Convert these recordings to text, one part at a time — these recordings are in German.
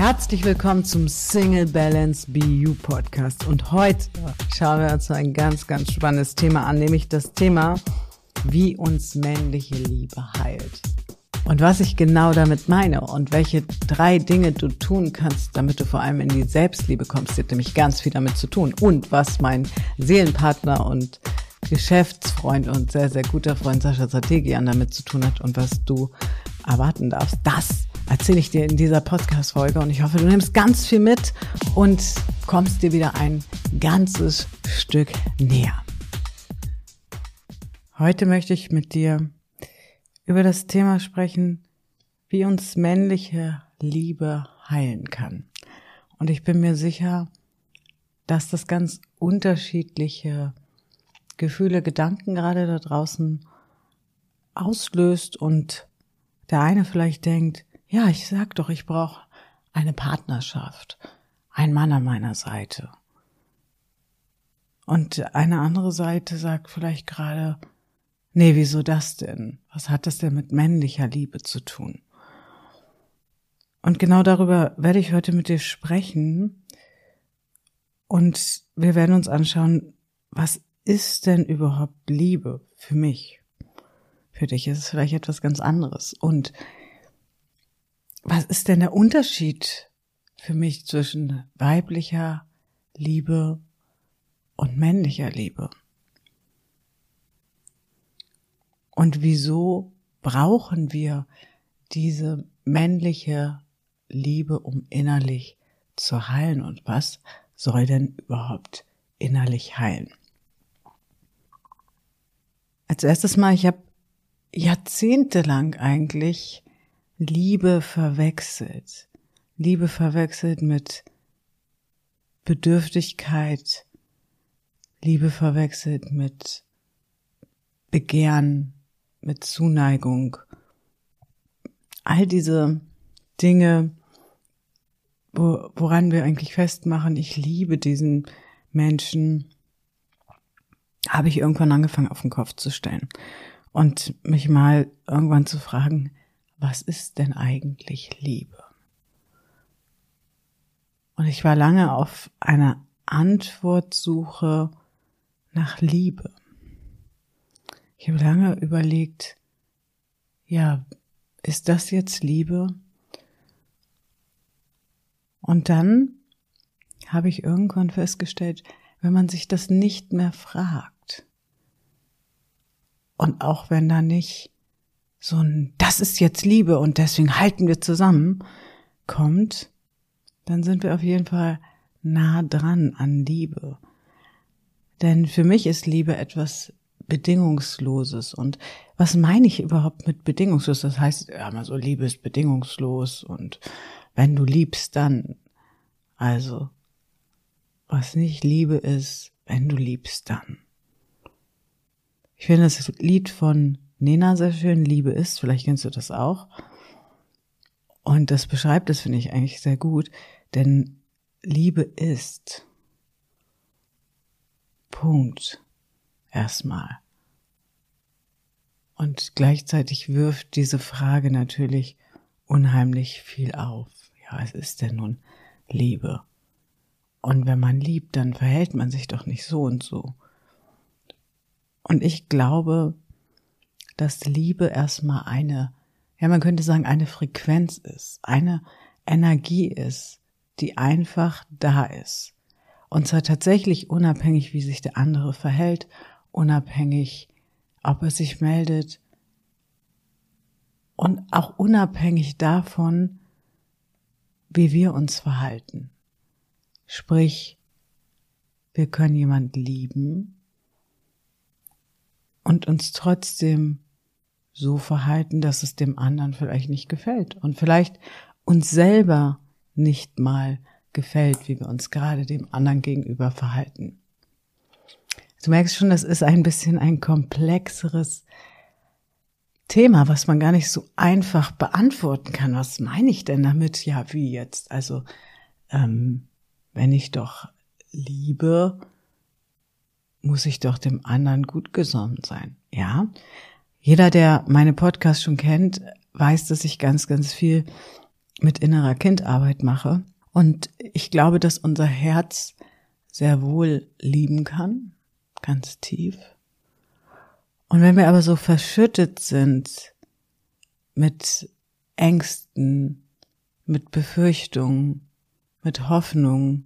Herzlich willkommen zum Single Balance Be You Podcast. Und heute schauen wir uns ein ganz, ganz spannendes Thema an, nämlich das Thema, wie uns männliche Liebe heilt. Und was ich genau damit meine und welche 3 Dinge du tun kannst, damit du vor allem in die Selbstliebe kommst, hat nämlich ganz viel damit zu tun. Und was mein Seelenpartner und Geschäftsfreund und sehr, sehr guter Freund Sascha Sategian damit zu tun hat und was du erwarten darfst, das erzähle ich dir in dieser Podcast-Folge und ich hoffe, du nimmst ganz viel mit und kommst dir wieder ein ganzes Stück näher. Heute möchte ich mit dir über das Thema sprechen, wie uns männliche Liebe heilen kann. Und ich bin mir sicher, dass das ganz unterschiedliche Gefühle, Gedanken gerade da draußen auslöst und der eine vielleicht denkt, ja, ich sag doch, ich brauche eine Partnerschaft, einen Mann an meiner Seite. Und eine andere Seite sagt vielleicht gerade, nee, wieso das denn? Was hat das denn mit männlicher Liebe zu tun? Und genau darüber werde ich heute mit dir sprechen und wir werden uns anschauen, was ist denn überhaupt Liebe für mich? Für dich ist es vielleicht etwas ganz anderes. Und was ist denn der Unterschied für mich zwischen weiblicher Liebe und männlicher Liebe? Und wieso brauchen wir diese männliche Liebe, um innerlich zu heilen? Und was soll denn überhaupt innerlich heilen? Als erstes mal, ich habe jahrzehntelang eigentlich Liebe verwechselt. Liebe verwechselt mit Bedürftigkeit, Liebe verwechselt mit Begehren, mit Zuneigung. All diese Dinge, woran wir eigentlich festmachen, ich liebe diesen Menschen, habe ich irgendwann angefangen auf den Kopf zu stellen und mich mal irgendwann zu fragen, was ist denn eigentlich Liebe? Und ich war lange auf einer Antwortsuche nach Liebe. Ich habe lange überlegt, ja, ist das jetzt Liebe? Und dann habe ich irgendwann festgestellt, wenn man sich das nicht mehr fragt und auch wenn da nicht so ein, das ist jetzt Liebe und deswegen halten wir zusammen, kommt, dann sind wir auf jeden Fall nah dran an Liebe. Denn für mich ist Liebe etwas Bedingungsloses. Und was meine ich überhaupt mit bedingungslos? Das heißt, ja, mal so, Liebe ist bedingungslos und wenn du liebst, dann. Also, was nicht Liebe ist, wenn du liebst, dann. Ich finde das Lied von Nena sehr schön, Liebe ist, vielleicht kennst du das auch. Und das beschreibt es, finde ich, eigentlich sehr gut, denn Liebe ist. Punkt. Erstmal. Und gleichzeitig wirft diese Frage natürlich unheimlich viel auf. Ja, was ist denn nun Liebe? Und wenn man liebt, dann verhält man sich doch nicht so und so. Und ich glaube, dass Liebe erstmal eine, ja, man könnte sagen, eine Frequenz ist, eine Energie ist, die einfach da ist. Und zwar tatsächlich unabhängig, wie sich der andere verhält, unabhängig, ob er sich meldet und auch unabhängig davon, wie wir uns verhalten. Sprich, wir können jemand lieben und uns trotzdem so verhalten, dass es dem anderen vielleicht nicht gefällt und vielleicht uns selber nicht mal gefällt, wie wir uns gerade dem anderen gegenüber verhalten. Du merkst schon, das ist ein bisschen ein komplexeres Thema, was man gar nicht so einfach beantworten kann. Was meine ich denn damit? Ja, wie jetzt? Also, wenn ich doch liebe, muss ich doch dem anderen gut gesonnen sein. Ja, jeder, der meine Podcasts schon kennt, weiß, dass ich ganz, ganz viel mit innerer Kindarbeit mache. Und ich glaube, dass unser Herz sehr wohl lieben kann, ganz tief. Und wenn wir aber so verschüttet sind mit Ängsten, mit Befürchtungen, mit Hoffnung,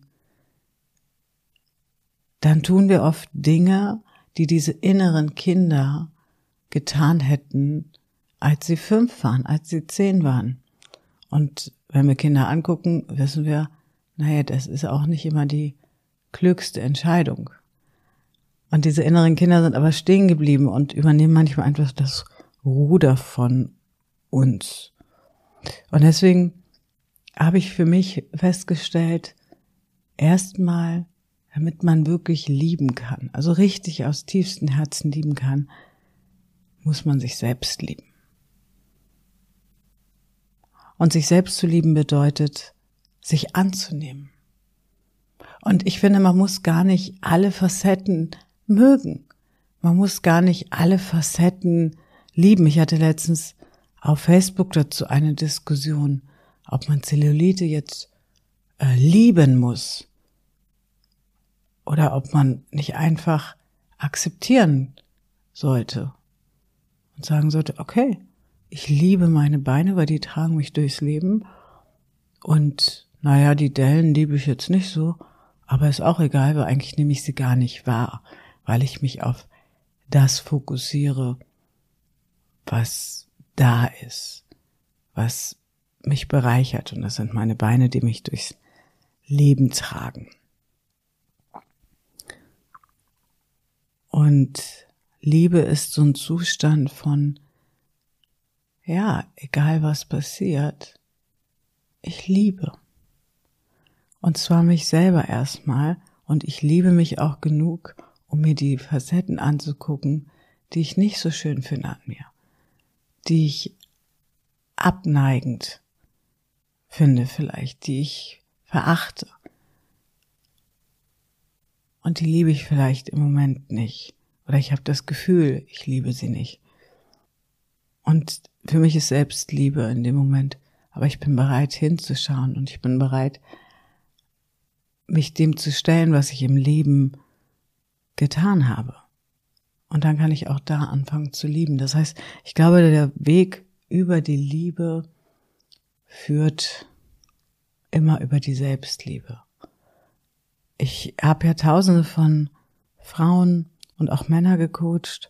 dann tun wir oft Dinge, die diese inneren Kinder getan hätten, als sie 5 waren, als sie 10 waren. Und wenn wir Kinder angucken, wissen wir, naja, das ist auch nicht immer die klügste Entscheidung. Und diese inneren Kinder sind aber stehen geblieben und übernehmen manchmal einfach das Ruder von uns. Und deswegen habe ich für mich festgestellt, erstmal, damit man wirklich lieben kann, also richtig aus tiefstem Herzen lieben kann, muss man sich selbst lieben. Und sich selbst zu lieben bedeutet, sich anzunehmen. Und ich finde, man muss gar nicht alle Facetten mögen. Man muss gar nicht alle Facetten lieben. Ich hatte letztens auf Facebook dazu eine Diskussion, ob man Zellulite jetzt lieben muss oder ob man nicht einfach akzeptieren sollte und sagen sollte, okay, ich liebe meine Beine, weil die tragen mich durchs Leben und naja, die Dellen liebe ich jetzt nicht so, aber ist auch egal, weil eigentlich nehme ich sie gar nicht wahr, weil ich mich auf das fokussiere, was da ist, was mich bereichert. Und das sind meine Beine, die mich durchs Leben tragen. Und Liebe ist so ein Zustand von, ja, egal was passiert, ich liebe. Und zwar mich selber erstmal. Und ich liebe mich auch genug, um mir die Facetten anzugucken, die ich nicht so schön finde an mir, die ich abneigend finde vielleicht, die ich verachte. Und die liebe ich vielleicht im Moment nicht. Oder ich habe das Gefühl, ich liebe sie nicht. Und für mich ist Selbstliebe in dem Moment, aber ich bin bereit hinzuschauen und ich bin bereit, mich dem zu stellen, was ich im Leben getan habe. Und dann kann ich auch da anfangen zu lieben. Das heißt, ich glaube, der Weg über die Liebe führt immer über die Selbstliebe. Ich habe ja Tausende von Frauen und auch Männer gecoacht.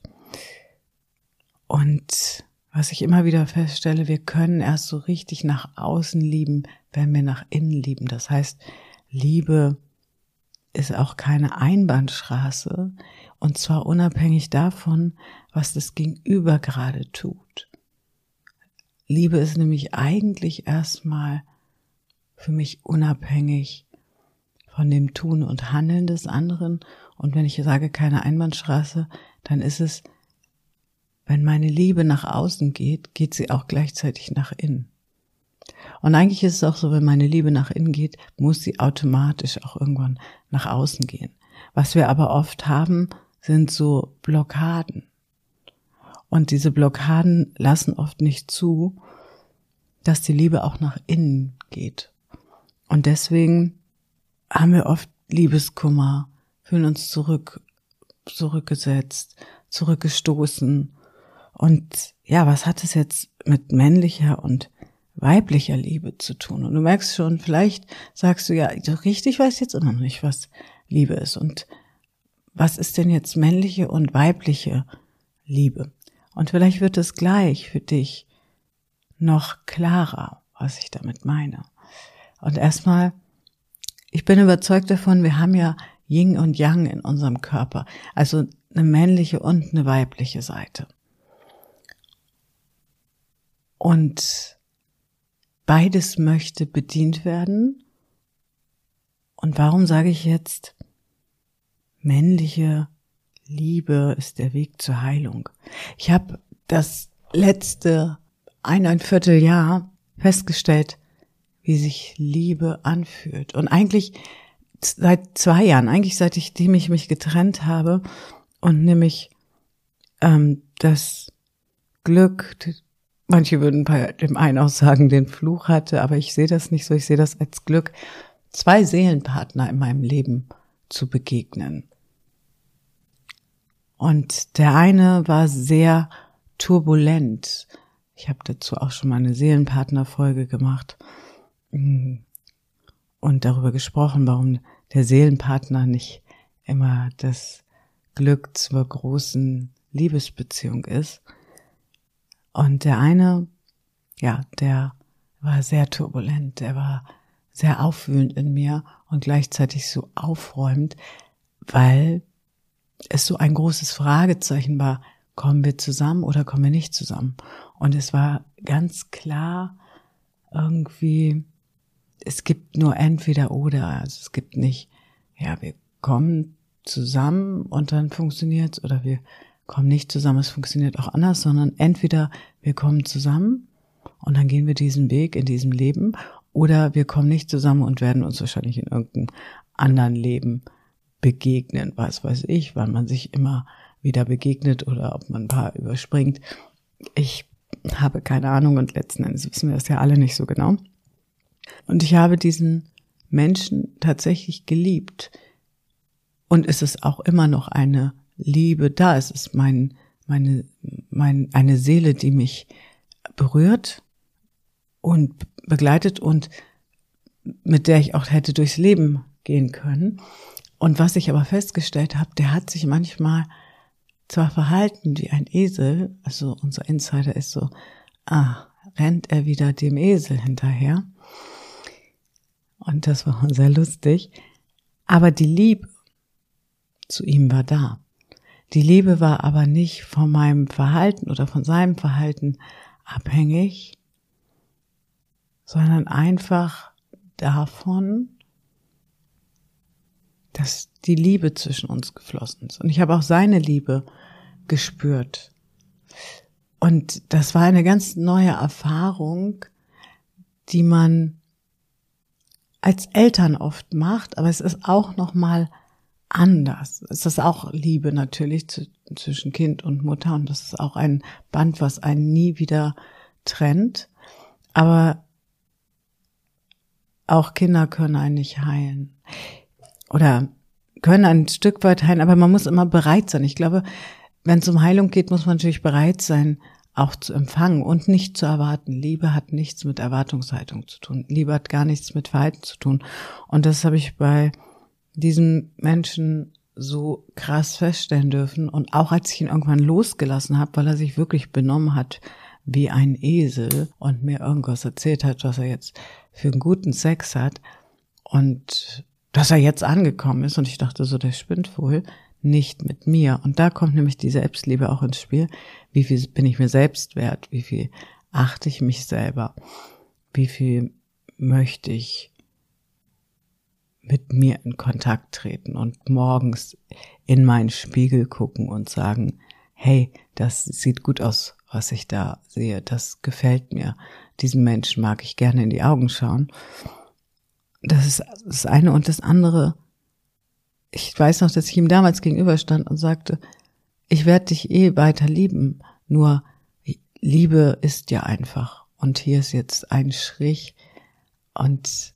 Und was ich immer wieder feststelle, wir können erst so richtig nach außen lieben, wenn wir nach innen lieben. Das heißt, Liebe ist auch keine Einbahnstraße und zwar unabhängig davon, was das Gegenüber gerade tut. Liebe ist nämlich eigentlich erstmal für mich unabhängig von dem Tun und Handeln des anderen. Und wenn ich sage keine Einbahnstraße, dann ist es, wenn meine Liebe nach außen geht, geht sie auch gleichzeitig nach innen. Und eigentlich ist es auch so, wenn meine Liebe nach innen geht, muss sie automatisch auch irgendwann nach außen gehen. Was wir aber oft haben, sind so Blockaden. Und diese Blockaden lassen oft nicht zu, dass die Liebe auch nach innen geht. Und deswegen haben wir oft Liebeskummer, fühlen uns zurückgesetzt, zurückgestoßen. Und ja, was hat es jetzt mit männlicher und weiblicher Liebe zu tun? Und du merkst schon, vielleicht sagst du ja, so richtig weiß jetzt immer noch nicht, was Liebe ist. Und was ist denn jetzt männliche und weibliche Liebe? Und vielleicht wird es gleich für dich noch klarer, was ich damit meine. Und erstmal, ich bin überzeugt davon, wir haben ja Yin und Yang in unserem Körper, also eine männliche und eine weibliche Seite. Und beides möchte bedient werden. Und warum sage ich jetzt, männliche Liebe ist der Weg zur Heilung? Ich habe das letzte 1,25 Jahr festgestellt, wie sich Liebe anfühlt. Und eigentlich seit 2 Jahren, eigentlich seitdem ich mich getrennt habe und nämlich das Glück, manche würden bei dem einen auch sagen, den Fluch hatte, aber ich sehe das nicht so, ich sehe das als Glück, 2 Seelenpartner in meinem Leben zu begegnen. Und der eine war sehr turbulent. Ich habe dazu auch schon mal eine Seelenpartnerfolge gemacht und darüber gesprochen, warum der Seelenpartner nicht immer das Glück zur großen Liebesbeziehung ist. Und der eine, ja, der war sehr turbulent, der war sehr aufwühlend in mir und gleichzeitig so aufräumend, weil es so ein großes Fragezeichen war, kommen wir zusammen oder kommen wir nicht zusammen? Und es war ganz klar irgendwie, es gibt nur entweder oder, also es gibt nicht, ja, wir kommen zusammen und dann funktioniert's oder wir kommen nicht zusammen, es funktioniert auch anders, sondern entweder wir kommen zusammen und dann gehen wir diesen Weg in diesem Leben oder wir kommen nicht zusammen und werden uns wahrscheinlich in irgendeinem anderen Leben begegnen, was weiß ich, wann man sich immer wieder begegnet oder ob man ein paar überspringt. Ich habe keine Ahnung und letzten Endes wissen wir das ja alle nicht so genau. Und ich habe diesen Menschen tatsächlich geliebt. Und es ist auch immer noch eine Liebe da. Es ist eine Seele, die mich berührt und begleitet und mit der ich auch hätte durchs Leben gehen können. Und was ich aber festgestellt habe, der hat sich manchmal zwar verhalten wie ein Esel, also unser Insider ist so, rennt er wieder dem Esel hinterher. Und das war sehr lustig. Aber die Liebe zu ihm war da. Die Liebe war aber nicht von meinem Verhalten oder von seinem Verhalten abhängig, sondern einfach davon, dass die Liebe zwischen uns geflossen ist. Und ich habe auch seine Liebe gespürt. Und das war eine ganz neue Erfahrung, die man als Eltern oft macht, aber es ist auch nochmal anders. Es ist auch Liebe natürlich zwischen Kind und Mutter und das ist auch ein Band, was einen nie wieder trennt. Aber auch Kinder können einen nicht heilen. Oder können ein Stück weit heilen, aber man muss immer bereit sein. Ich glaube, wenn es um Heilung geht, muss man natürlich bereit sein, auch zu empfangen und nicht zu erwarten. Liebe hat nichts mit Erwartungshaltung zu tun. Liebe hat gar nichts mit Verhalten zu tun. Und das habe ich bei diesem Menschen so krass feststellen dürfen. Und auch als ich ihn irgendwann losgelassen habe, weil er sich wirklich benommen hat wie ein Esel und mir irgendwas erzählt hat, was er jetzt für einen guten Sex hat und dass er jetzt angekommen ist. Und ich dachte so, der spinnt wohl, nicht mit mir. Und da kommt nämlich die Selbstliebe auch ins Spiel. Wie viel bin ich mir selbst wert? Wie viel achte ich mich selber? Wie viel möchte ich mit mir in Kontakt treten und morgens in meinen Spiegel gucken und sagen, hey, das sieht gut aus, was ich da sehe. Das gefällt mir. Diesem Menschen mag ich gerne in die Augen schauen. Das ist das eine. Und das andere, ich weiß noch, dass ich ihm damals gegenüberstand und sagte, ich werde dich weiter lieben, nur Liebe ist ja einfach. Und hier ist jetzt ein Strich und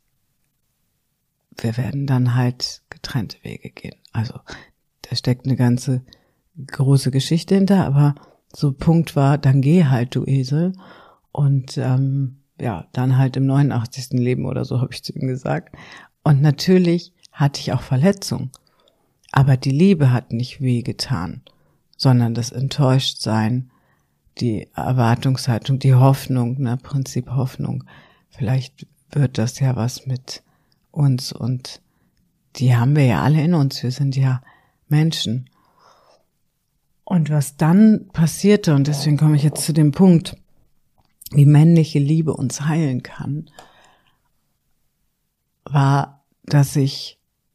wir werden dann halt getrennte Wege gehen. Also da steckt eine ganze große Geschichte hinter, aber so Punkt war, dann geh halt, du Esel. Und dann halt im 89. Leben oder so, habe ich zu ihm gesagt. Und natürlich hatte ich auch Verletzungen. Aber die Liebe hat nicht wehgetan, sondern das Enttäuschtsein, die Erwartungshaltung, die Hoffnung, Prinzip Hoffnung. Vielleicht wird das ja was mit uns und die haben wir ja alle in uns. Wir sind ja Menschen. Und was dann passierte, und deswegen komme ich jetzt zu dem Punkt, wie männliche Liebe uns heilen kann, war, dass ich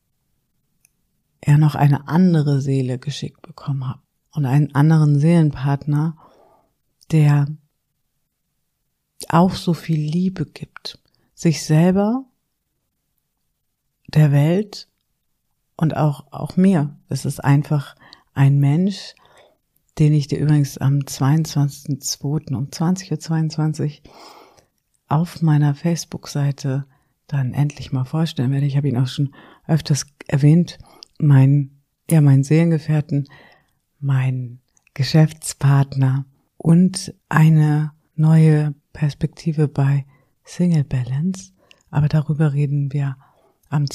noch eine andere Seele geschickt bekommen habe und einen anderen Seelenpartner, der auch so viel Liebe gibt, sich selber, der Welt und auch mir. Es ist einfach ein Mensch, den ich dir übrigens am 22.02. um 20.22 Uhr auf meiner Facebook-Seite dann endlich mal vorstellen werde. Ich habe ihn auch schon öfters erwähnt, mein Seelengefährten, mein Geschäftspartner und eine neue Perspektive bei Single Balance. Aber darüber reden wir am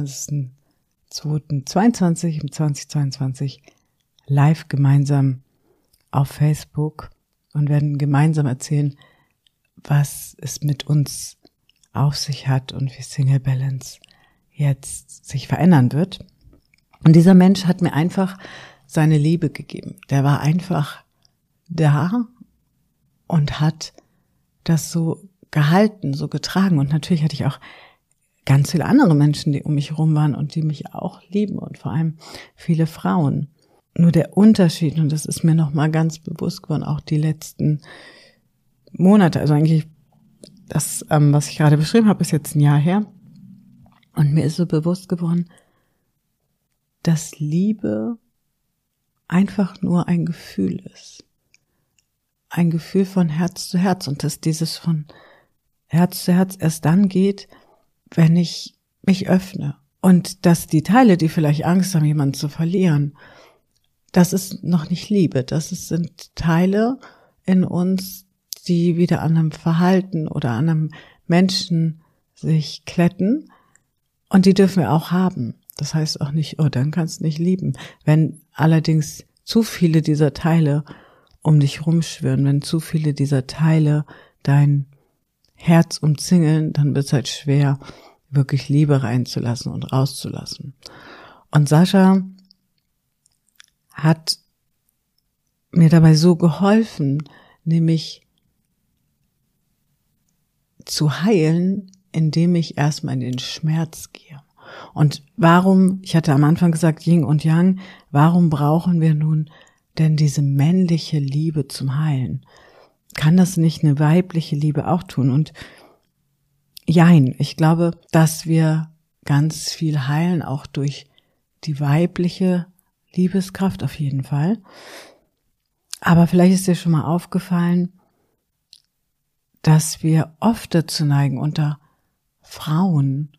22.02.22 um 2022 live gemeinsam auf Facebook und werden gemeinsam erzählen, was es mit uns auf sich hat und wie Single Balance jetzt sich verändern wird. Und dieser Mensch hat mir einfach seine Liebe gegeben. Der war einfach da und hat das so gehalten, so getragen. Und natürlich hatte ich auch ganz viele andere Menschen, die um mich herum waren und die mich auch lieben und vor allem viele Frauen. Nur der Unterschied, und das ist mir nochmal ganz bewusst geworden, auch die letzten Monate, also eigentlich das, was ich gerade beschrieben habe, ist jetzt ein Jahr her. Und mir ist so bewusst geworden, dass Liebe einfach nur ein Gefühl ist. Ein Gefühl von Herz zu Herz. Und dass dieses von Herz zu Herz erst dann geht, wenn ich mich öffne. Und dass die Teile, die vielleicht Angst haben, jemanden zu verlieren, das ist noch nicht Liebe. Sind Teile in uns, die wieder an einem Verhalten oder an einem Menschen sich kletten. Und die dürfen wir auch haben. Das heißt auch nicht, oh, dann kannst du nicht lieben. Wenn allerdings zu viele dieser Teile um dich rumschwirren, wenn zu viele dieser Teile dein Herz umzingeln, dann wird es halt schwer, wirklich Liebe reinzulassen und rauszulassen. Und Sascha hat mir dabei so geholfen, nämlich zu heilen, indem ich erstmal in den Schmerz gehe. Und warum, ich hatte am Anfang gesagt, Yin und Yang, warum brauchen wir nun denn diese männliche Liebe zum Heilen? Kann das nicht eine weibliche Liebe auch tun? Und jein, ich glaube, dass wir ganz viel heilen, auch durch die weibliche Liebeskraft auf jeden Fall. Aber vielleicht ist dir schon mal aufgefallen, dass wir oft dazu neigen, unter Frauen,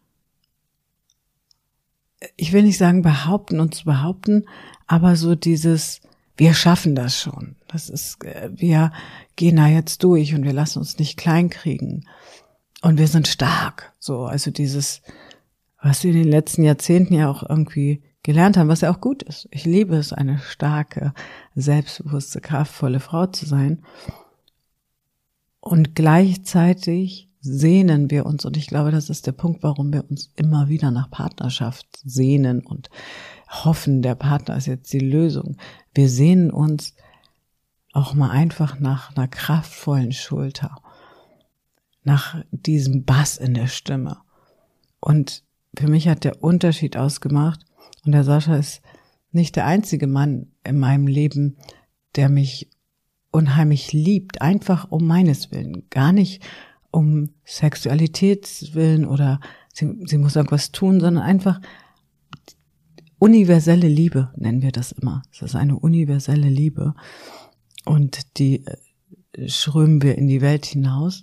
ich will nicht sagen uns behaupten, aber so dieses, wir schaffen das schon. Das ist, wir gehen da jetzt durch und wir lassen uns nicht kleinkriegen. Und wir sind stark. So, also dieses, was wir in den letzten Jahrzehnten ja auch irgendwie gelernt haben, was ja auch gut ist. Ich liebe es, eine starke, selbstbewusste, kraftvolle Frau zu sein. Und gleichzeitig sehnen wir uns, und ich glaube, das ist der Punkt, warum wir uns immer wieder nach Partnerschaft sehnen und hoffen, der Partner ist jetzt die Lösung. Wir sehnen uns auch mal einfach nach einer kraftvollen Schulter, nach diesem Bass in der Stimme. Und für mich hat der Unterschied ausgemacht, und der Sascha ist nicht der einzige Mann in meinem Leben, der mich unheimlich liebt, einfach um meines Willen, gar nicht um Sexualitätswillen oder sie muss irgendwas tun, sondern einfach universelle Liebe, nennen wir das immer. Es ist eine universelle Liebe und die strömen wir in die Welt hinaus.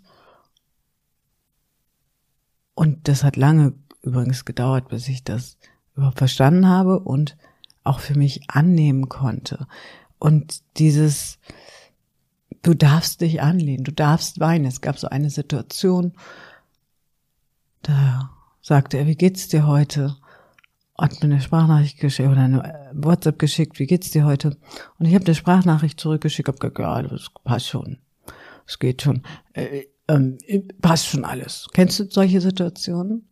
Und das hat lange übrigens gedauert, bis ich das überhaupt verstanden habe und auch für mich annehmen konnte. Und dieses, du darfst dich anlehnen, du darfst weinen. Es gab so eine Situation, da sagte er, wie geht's dir heute? Hat mir eine Sprachnachricht geschickt oder eine WhatsApp geschickt, wie geht's dir heute? Und ich habe eine Sprachnachricht zurückgeschickt, habe gesagt, ja, das passt schon, es geht schon, passt schon alles. Kennst du solche Situationen?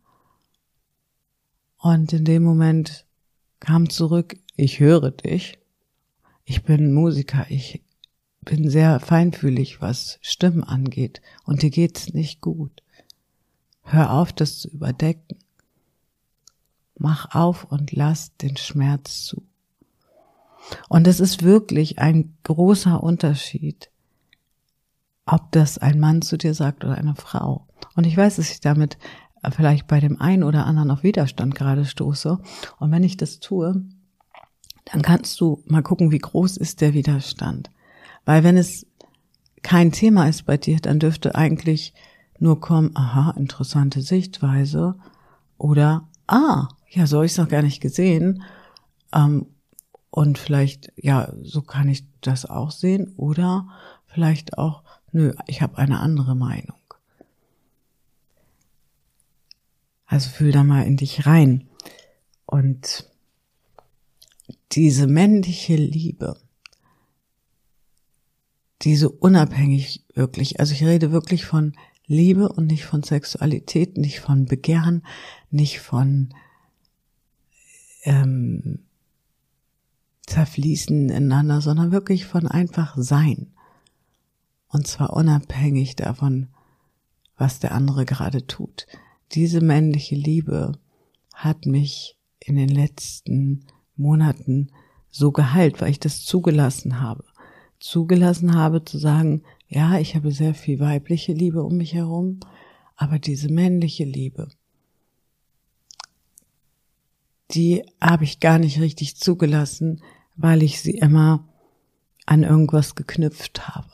Und in dem Moment kam zurück, ich höre dich, ich bin Musiker, ich bin sehr feinfühlig, was Stimmen angeht und dir geht's nicht gut. Hör auf, das zu überdecken. Mach auf und lass den Schmerz zu. Und es ist wirklich ein großer Unterschied, ob das ein Mann zu dir sagt oder eine Frau. Und ich weiß, dass ich damit vielleicht bei dem einen oder anderen auf Widerstand gerade stoße. Und wenn ich das tue, dann kannst du mal gucken, wie groß ist der Widerstand. Weil wenn es kein Thema ist bei dir, dann dürfte eigentlich nur kommen, aha, interessante Sichtweise oder, ja, so habe ich es noch gar nicht gesehen. Und vielleicht, ja, so kann ich das auch sehen oder vielleicht auch, nö, ich habe eine andere Meinung. Also fühl da mal in dich rein. Und diese männliche Liebe, diese unabhängig wirklich, also ich rede wirklich von Liebe und nicht von Sexualität, nicht von Begehren, nicht von Zerfließen ineinander, sondern wirklich von einfach Sein. Und zwar unabhängig davon, was der andere gerade tut. Diese männliche Liebe hat mich in den letzten Monaten so geheilt, weil ich das zugelassen habe. Zugelassen habe zu sagen, ja, ich habe sehr viel weibliche Liebe um mich herum, aber diese männliche Liebe, die habe ich gar nicht richtig zugelassen, weil ich sie immer an irgendwas geknüpft habe.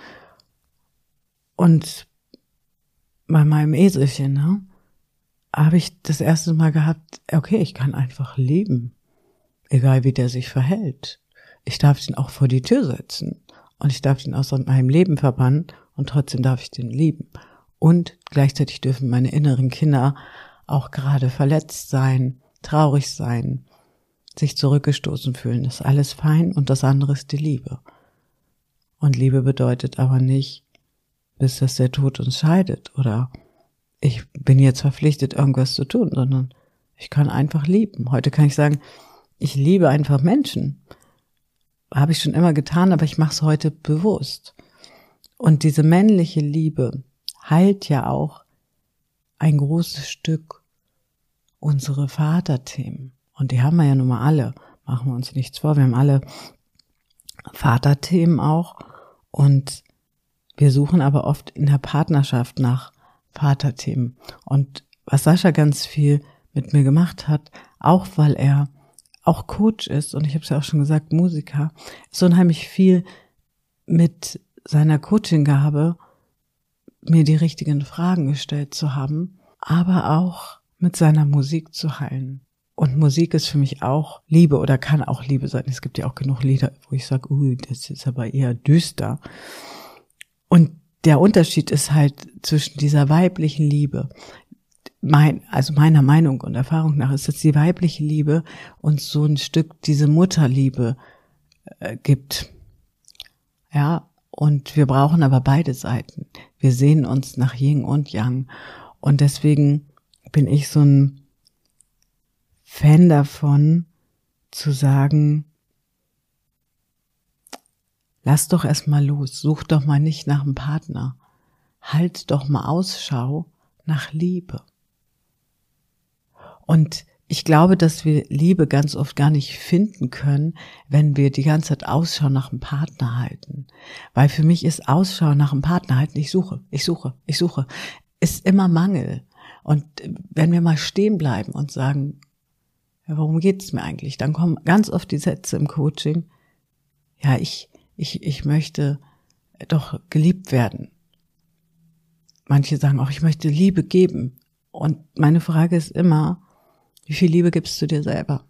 Und bei meinem Eselchen, habe ich das erste Mal gehabt, okay, ich kann einfach lieben, egal wie der sich verhält. Ich darf den auch vor die Tür setzen und ich darf den aus meinem Leben verbannen und trotzdem darf ich den lieben. Und gleichzeitig dürfen meine inneren Kinder auch gerade verletzt sein, traurig sein, sich zurückgestoßen fühlen. Das ist alles fein und das andere ist die Liebe. Und Liebe bedeutet aber nicht, bis dass der Tod uns scheidet oder ich bin jetzt verpflichtet, irgendwas zu tun, sondern ich kann einfach lieben. Heute kann ich sagen, ich liebe einfach Menschen. Habe ich schon immer getan, aber ich mache es heute bewusst. Und diese männliche Liebe heilt ja auch ein großes Stück unsere Vaterthemen. Und die haben wir ja nun mal alle. Machen wir uns nichts vor. Wir haben alle Vaterthemen auch. Und wir suchen aber oft in der Partnerschaft nach Vaterthemen. Und was Sascha ganz viel mit mir gemacht hat, auch weil er auch Coach ist, und ich habe es ja auch schon gesagt, Musiker, ist unheimlich viel mit seiner Coachinggabe, mir die richtigen Fragen gestellt zu haben, aber auch mit seiner Musik zu heilen. Und Musik ist für mich auch Liebe oder kann auch Liebe sein. Es gibt ja auch genug Lieder, wo ich sage, das ist aber eher düster. Und der Unterschied ist halt zwischen dieser weiblichen Liebe, meiner Meinung und Erfahrung nach ist, dass die weibliche Liebe uns so ein Stück diese Mutterliebe gibt. Ja, und wir brauchen aber beide Seiten. Wir sehen uns nach Yin und Yang. Und deswegen bin ich so ein Fan davon, zu sagen, lass doch erstmal los, such doch mal nicht nach einem Partner. Halt doch mal Ausschau nach Liebe. Und ich glaube, dass wir Liebe ganz oft gar nicht finden können, wenn wir die ganze Zeit Ausschau nach einem Partner halten. Weil für mich ist Ausschau nach einem Partner halten, ich suche, ist immer Mangel. Und wenn wir mal stehen bleiben und sagen, ja, worum geht's mir eigentlich? Dann kommen ganz oft die Sätze im Coaching, ja, ich möchte doch geliebt werden. Manche sagen auch, ich möchte Liebe geben. Und meine Frage ist immer, wie viel Liebe gibst du dir selber?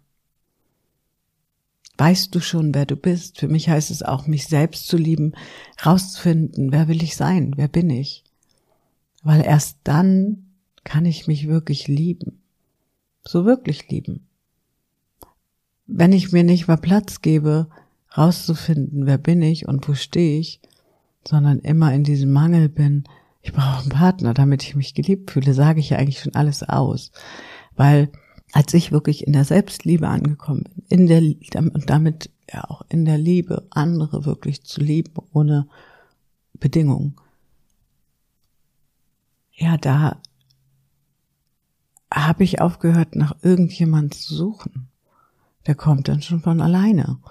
Weißt du schon, wer du bist? Für mich heißt es auch, mich selbst zu lieben, rauszufinden, wer will ich sein, wer bin ich? Weil erst dann kann ich mich wirklich lieben. So wirklich lieben. Wenn ich mir nicht mal Platz gebe, rauszufinden, wer bin ich und wo stehe ich, sondern immer in diesem Mangel bin, ich brauche einen Partner, damit ich mich geliebt fühle, sage ich ja eigentlich schon alles aus. Weil als ich wirklich in der Selbstliebe angekommen bin, und damit ja auch in der Liebe, andere wirklich zu lieben, ohne Bedingung, ja, da habe ich aufgehört, nach irgendjemand zu suchen. Der kommt dann schon von alleine.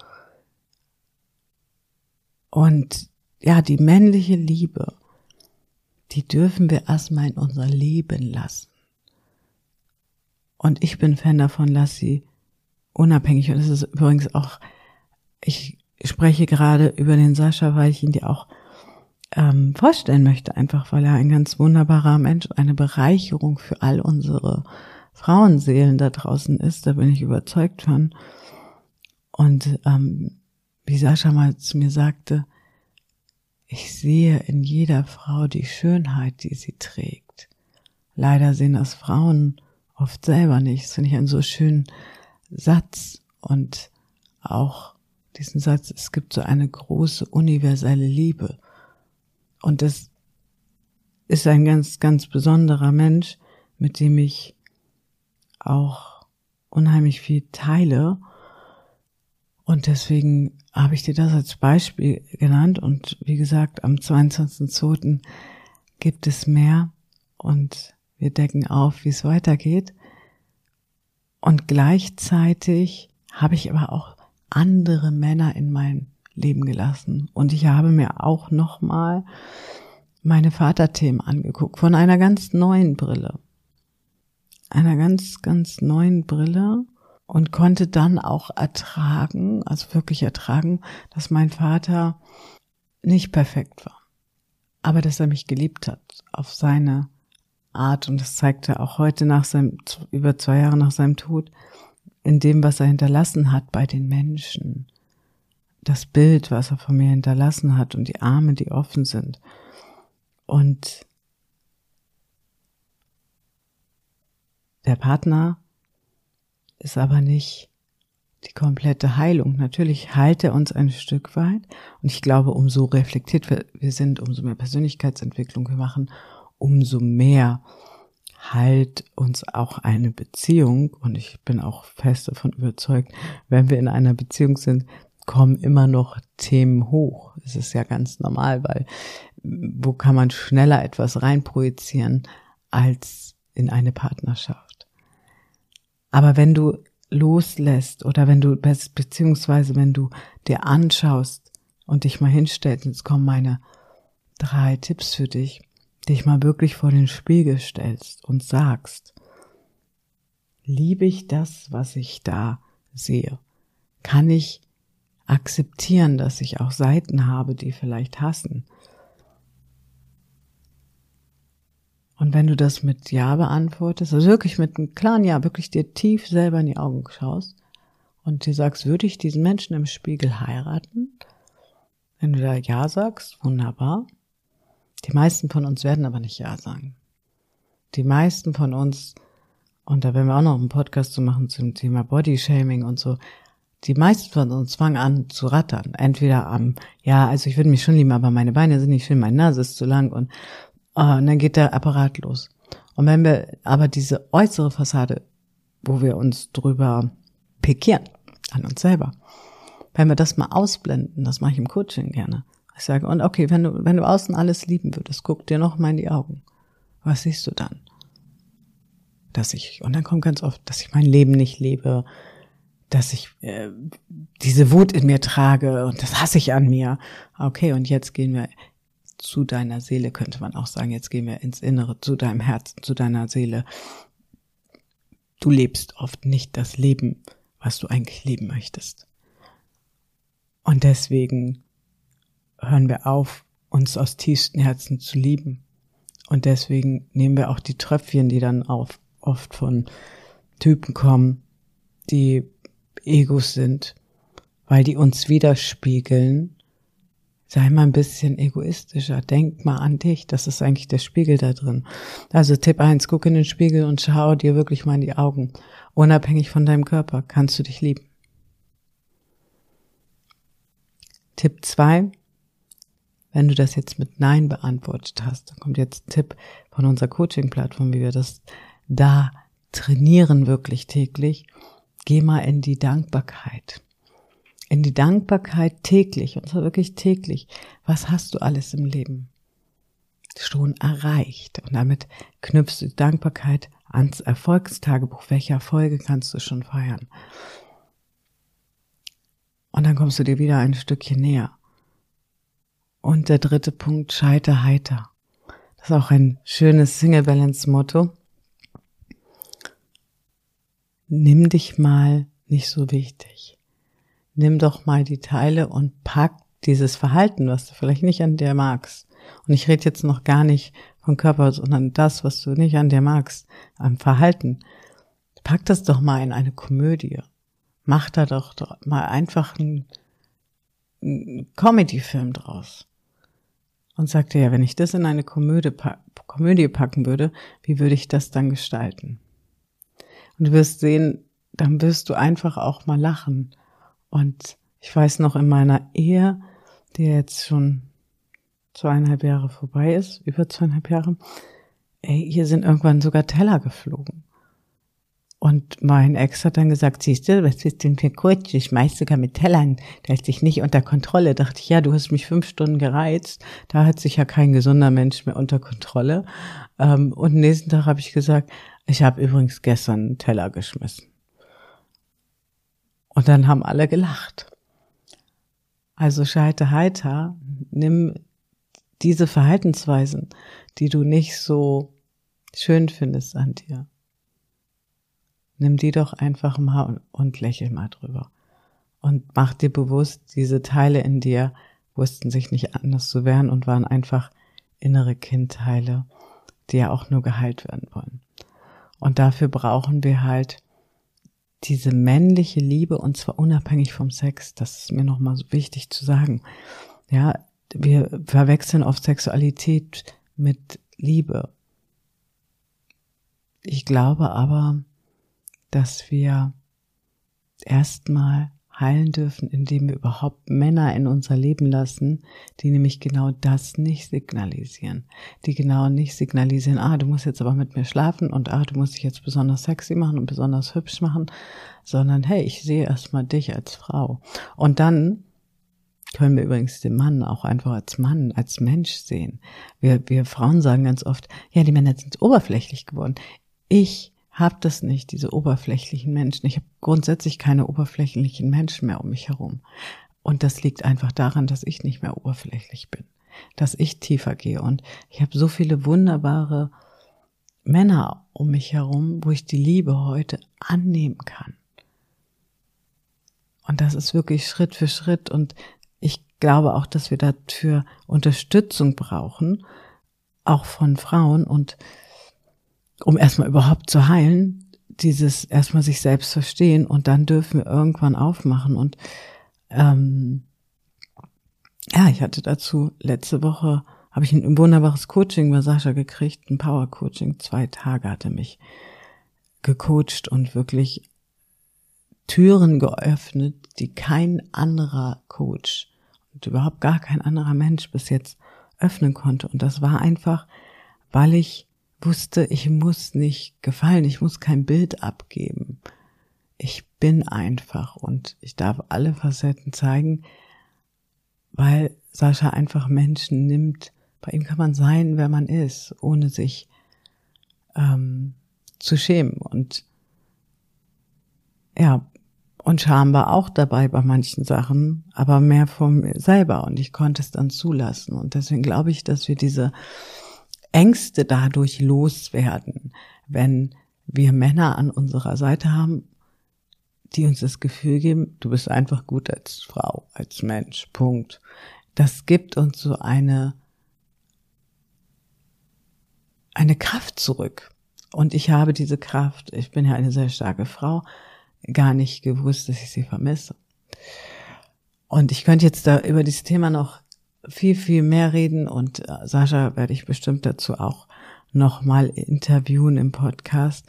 Und ja, die männliche Liebe, die dürfen wir erstmal in unser Leben lassen. Und ich bin Fan davon, lass sie unabhängig. Und es ist übrigens auch, ich spreche gerade über den Sascha, weil ich ihn dir auch vorstellen möchte, einfach weil er ein ganz wunderbarer Mensch, eine Bereicherung für all unsere Frauenseelen da draußen ist, da bin ich überzeugt von. Und wie Sascha mal zu mir sagte, ich sehe in jeder Frau die Schönheit, die sie trägt. Leider sehen das Frauen oft selber nicht. Das finde ich einen so schönen Satz. Und auch diesen Satz, es gibt so eine große universelle Liebe. Und das ist ein ganz, ganz besonderer Mensch, mit dem ich auch unheimlich viel teile. Und deswegen habe ich dir das als Beispiel genannt. Und wie gesagt, am 22.02. gibt es mehr und wir decken auf, wie es weitergeht. Und gleichzeitig habe ich aber auch andere Männer in mein Leben gelassen. Und ich habe mir auch nochmal meine Vaterthemen angeguckt, von einer ganz neuen Brille. Einer ganz, ganz neuen Brille. Und konnte dann auch ertragen, also wirklich ertragen, dass mein Vater nicht perfekt war. Aber dass er mich geliebt hat auf seine Art. Und das zeigt er auch heute über 2 Jahre nach seinem Tod, in dem, was er hinterlassen hat bei den Menschen. Das Bild, was er von mir hinterlassen hat und die Arme, die offen sind. Und der Partner ist aber nicht die komplette Heilung. Natürlich heilt er uns ein Stück weit. Und ich glaube, umso reflektiert wir sind, umso mehr Persönlichkeitsentwicklung wir machen, umso mehr heilt uns auch eine Beziehung. Und ich bin auch fest davon überzeugt, wenn wir in einer Beziehung sind, kommen immer noch Themen hoch. Es ist ja ganz normal, weil wo kann man schneller etwas reinprojizieren als in eine Partnerschaft? Aber wenn du loslässt oder beziehungsweise wenn du dir anschaust und dich mal hinstellst, jetzt kommen meine 3 Tipps für dich, dich mal wirklich vor den Spiegel stellst und sagst, liebe ich das, was ich da sehe? Kann ich akzeptieren, dass ich auch Seiten habe, die vielleicht hassen? Und wenn du das mit Ja beantwortest, also wirklich mit einem klaren Ja, wirklich dir tief selber in die Augen schaust und dir sagst, würde ich diesen Menschen im Spiegel heiraten? Wenn du da Ja sagst, wunderbar. Die meisten von uns werden aber nicht Ja sagen. Die meisten von uns, und da werden wir auch noch einen Podcast zu machen zum Thema Bodyshaming und so, die meisten von uns fangen an zu rattern. Entweder also ich würde mich schon lieben, aber meine Beine sind nicht schön, meine Nase ist zu lang und dann geht der Apparat los. Und wenn wir aber diese äußere Fassade, wo wir uns drüber pikieren, an uns selber, wenn wir das mal ausblenden, das mache ich im Coaching gerne. Ich sage, und okay, wenn du außen alles lieben würdest, guck dir noch mal in die Augen. Was siehst du dann? Und dann kommt ganz oft, dass ich mein Leben nicht lebe, dass ich diese Wut in mir trage und das hasse ich an mir. Okay, und jetzt gehen wir zu deiner Seele, könnte man auch sagen. Jetzt gehen wir ins Innere, zu deinem Herzen, zu deiner Seele. Du lebst oft nicht das Leben, was du eigentlich leben möchtest. Und deswegen hören wir auf, uns aus tiefstem Herzen zu lieben. Und deswegen nehmen wir auch die Tröpfchen, die dann oft von Typen kommen, die Egos sind, weil die uns widerspiegeln. Sei mal ein bisschen egoistischer, denk mal an dich, das ist eigentlich der Spiegel da drin. Also Tipp 1, guck in den Spiegel und schau dir wirklich mal in die Augen. Unabhängig von deinem Körper kannst du dich lieben. Tipp 2, wenn du das jetzt mit Nein beantwortet hast, dann kommt jetzt ein Tipp von unserer Coaching-Plattform, wie wir das da trainieren wirklich täglich. Geh mal in die Dankbarkeit. In die Dankbarkeit täglich, und zwar wirklich täglich. Was hast du alles im Leben schon erreicht? Und damit knüpfst du die Dankbarkeit ans Erfolgstagebuch. Welche Erfolge kannst du schon feiern? Und dann kommst du dir wieder ein Stückchen näher. Und der 3. Punkt, scheiter heiter. Das ist auch ein schönes Single Balance Motto. Nimm dich mal nicht so wichtig. Nimm doch mal die Teile und pack dieses Verhalten, was du vielleicht nicht an dir magst. Und ich rede jetzt noch gar nicht vom Körper, sondern das, was du nicht an dir magst, am Verhalten. Pack das doch mal in eine Komödie. Mach da doch mal einfach einen Comedy-Film draus. Und sag dir, ja, wenn ich das in eine Komödie packen würde, wie würde ich das dann gestalten? Und du wirst sehen, dann wirst du einfach auch mal lachen. Und ich weiß noch in meiner Ehe, die jetzt schon 2,5 Jahre vorbei ist, über 2,5 Jahre, hier sind irgendwann sogar Teller geflogen. Und mein Ex hat dann gesagt, siehst du, was ist denn für Quatsch? Ich schmeiß sogar mit Tellern, da ist dich nicht unter Kontrolle. Dachte ich, ja, du hast mich 5 Stunden gereizt, da hat sich ja kein gesunder Mensch mehr unter Kontrolle. Und nächsten Tag habe ich gesagt, ich habe übrigens gestern einen Teller geschmissen. Und dann haben alle gelacht. Also Scheite heiter, nimm diese Verhaltensweisen, die du nicht so schön findest an dir. Nimm die doch einfach mal und lächel mal drüber. Und mach dir bewusst, diese Teile in dir wussten sich nicht anders zu wehren und waren einfach innere Kindteile, die ja auch nur geheilt werden wollen. Und dafür brauchen wir halt diese männliche Liebe, und zwar unabhängig vom Sex. Das ist mir nochmal so wichtig zu sagen. Ja, wir verwechseln oft Sexualität mit Liebe. Ich glaube aber, dass wir erstmal heilen dürfen, indem wir überhaupt Männer in unser Leben lassen, die nämlich genau das nicht signalisieren. Die genau nicht signalisieren, du musst jetzt aber mit mir schlafen und du musst dich jetzt besonders sexy machen und besonders hübsch machen, sondern hey, ich sehe erstmal dich als Frau. Und dann können wir übrigens den Mann auch einfach als Mann, als Mensch sehen. Wir Frauen sagen ganz oft, ja, die Männer sind oberflächlich geworden. Ich habe das nicht, diese oberflächlichen Menschen. Ich habe grundsätzlich keine oberflächlichen Menschen mehr um mich herum. Und das liegt einfach daran, dass ich nicht mehr oberflächlich bin, dass ich tiefer gehe. Und ich habe so viele wunderbare Männer um mich herum, wo ich die Liebe heute annehmen kann. Und das ist wirklich Schritt für Schritt. Und ich glaube auch, dass wir dafür Unterstützung brauchen, auch von Frauen. Und um erstmal überhaupt zu heilen, dieses erstmal sich selbst verstehen, und dann dürfen wir irgendwann aufmachen. Und ich hatte dazu letzte Woche, habe ich ein wunderbares Coaching bei Sascha gekriegt, ein Power-Coaching, 2 Tage hat er mich gecoacht und wirklich Türen geöffnet, die kein anderer Coach und überhaupt gar kein anderer Mensch bis jetzt öffnen konnte. Und das war einfach, weil ich wusste, ich muss nicht gefallen, ich muss kein Bild abgeben. Ich bin einfach und ich darf alle Facetten zeigen, weil Sascha einfach Menschen nimmt. Bei ihm kann man sein, wer man ist, ohne sich zu schämen. Und Scham war auch dabei bei manchen Sachen, aber mehr von mir selber, und ich konnte es dann zulassen. Und deswegen glaube ich, dass wir diese Ängste dadurch loswerden, wenn wir Männer an unserer Seite haben, die uns das Gefühl geben, du bist einfach gut als Frau, als Mensch, Punkt. Das gibt uns so eine Kraft zurück. Und ich habe diese Kraft, ich bin ja eine sehr starke Frau, gar nicht gewusst, dass ich sie vermisse. Und ich könnte jetzt da über dieses Thema noch viel, viel mehr reden, und Sascha werde ich bestimmt dazu auch nochmal interviewen im Podcast.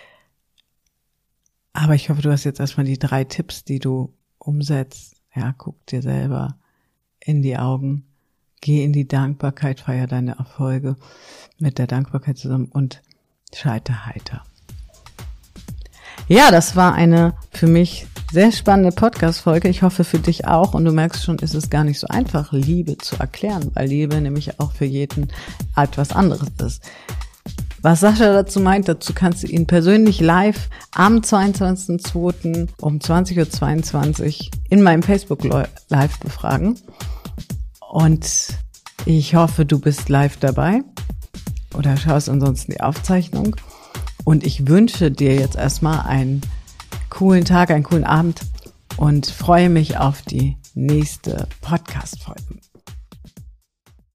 Aber ich hoffe, du hast jetzt erstmal die 3 Tipps, die du umsetzt. Ja, guck dir selber in die Augen, geh in die Dankbarkeit, feier deine Erfolge mit der Dankbarkeit zusammen und scheite heiter. Ja, das war eine für mich sehr spannende Podcast-Folge. Ich hoffe für dich auch. Und du merkst schon, ist es gar nicht so einfach, Liebe zu erklären, weil Liebe nämlich auch für jeden etwas anderes ist. Was Sascha dazu meint, dazu kannst du ihn persönlich live am 22.02. um 20.22 Uhr in meinem Facebook Live befragen. Und ich hoffe, du bist live dabei oder schaust ansonsten die Aufzeichnung. Und ich wünsche dir jetzt erstmal einen coolen Tag, einen coolen Abend und freue mich auf die nächste Podcast-Folge.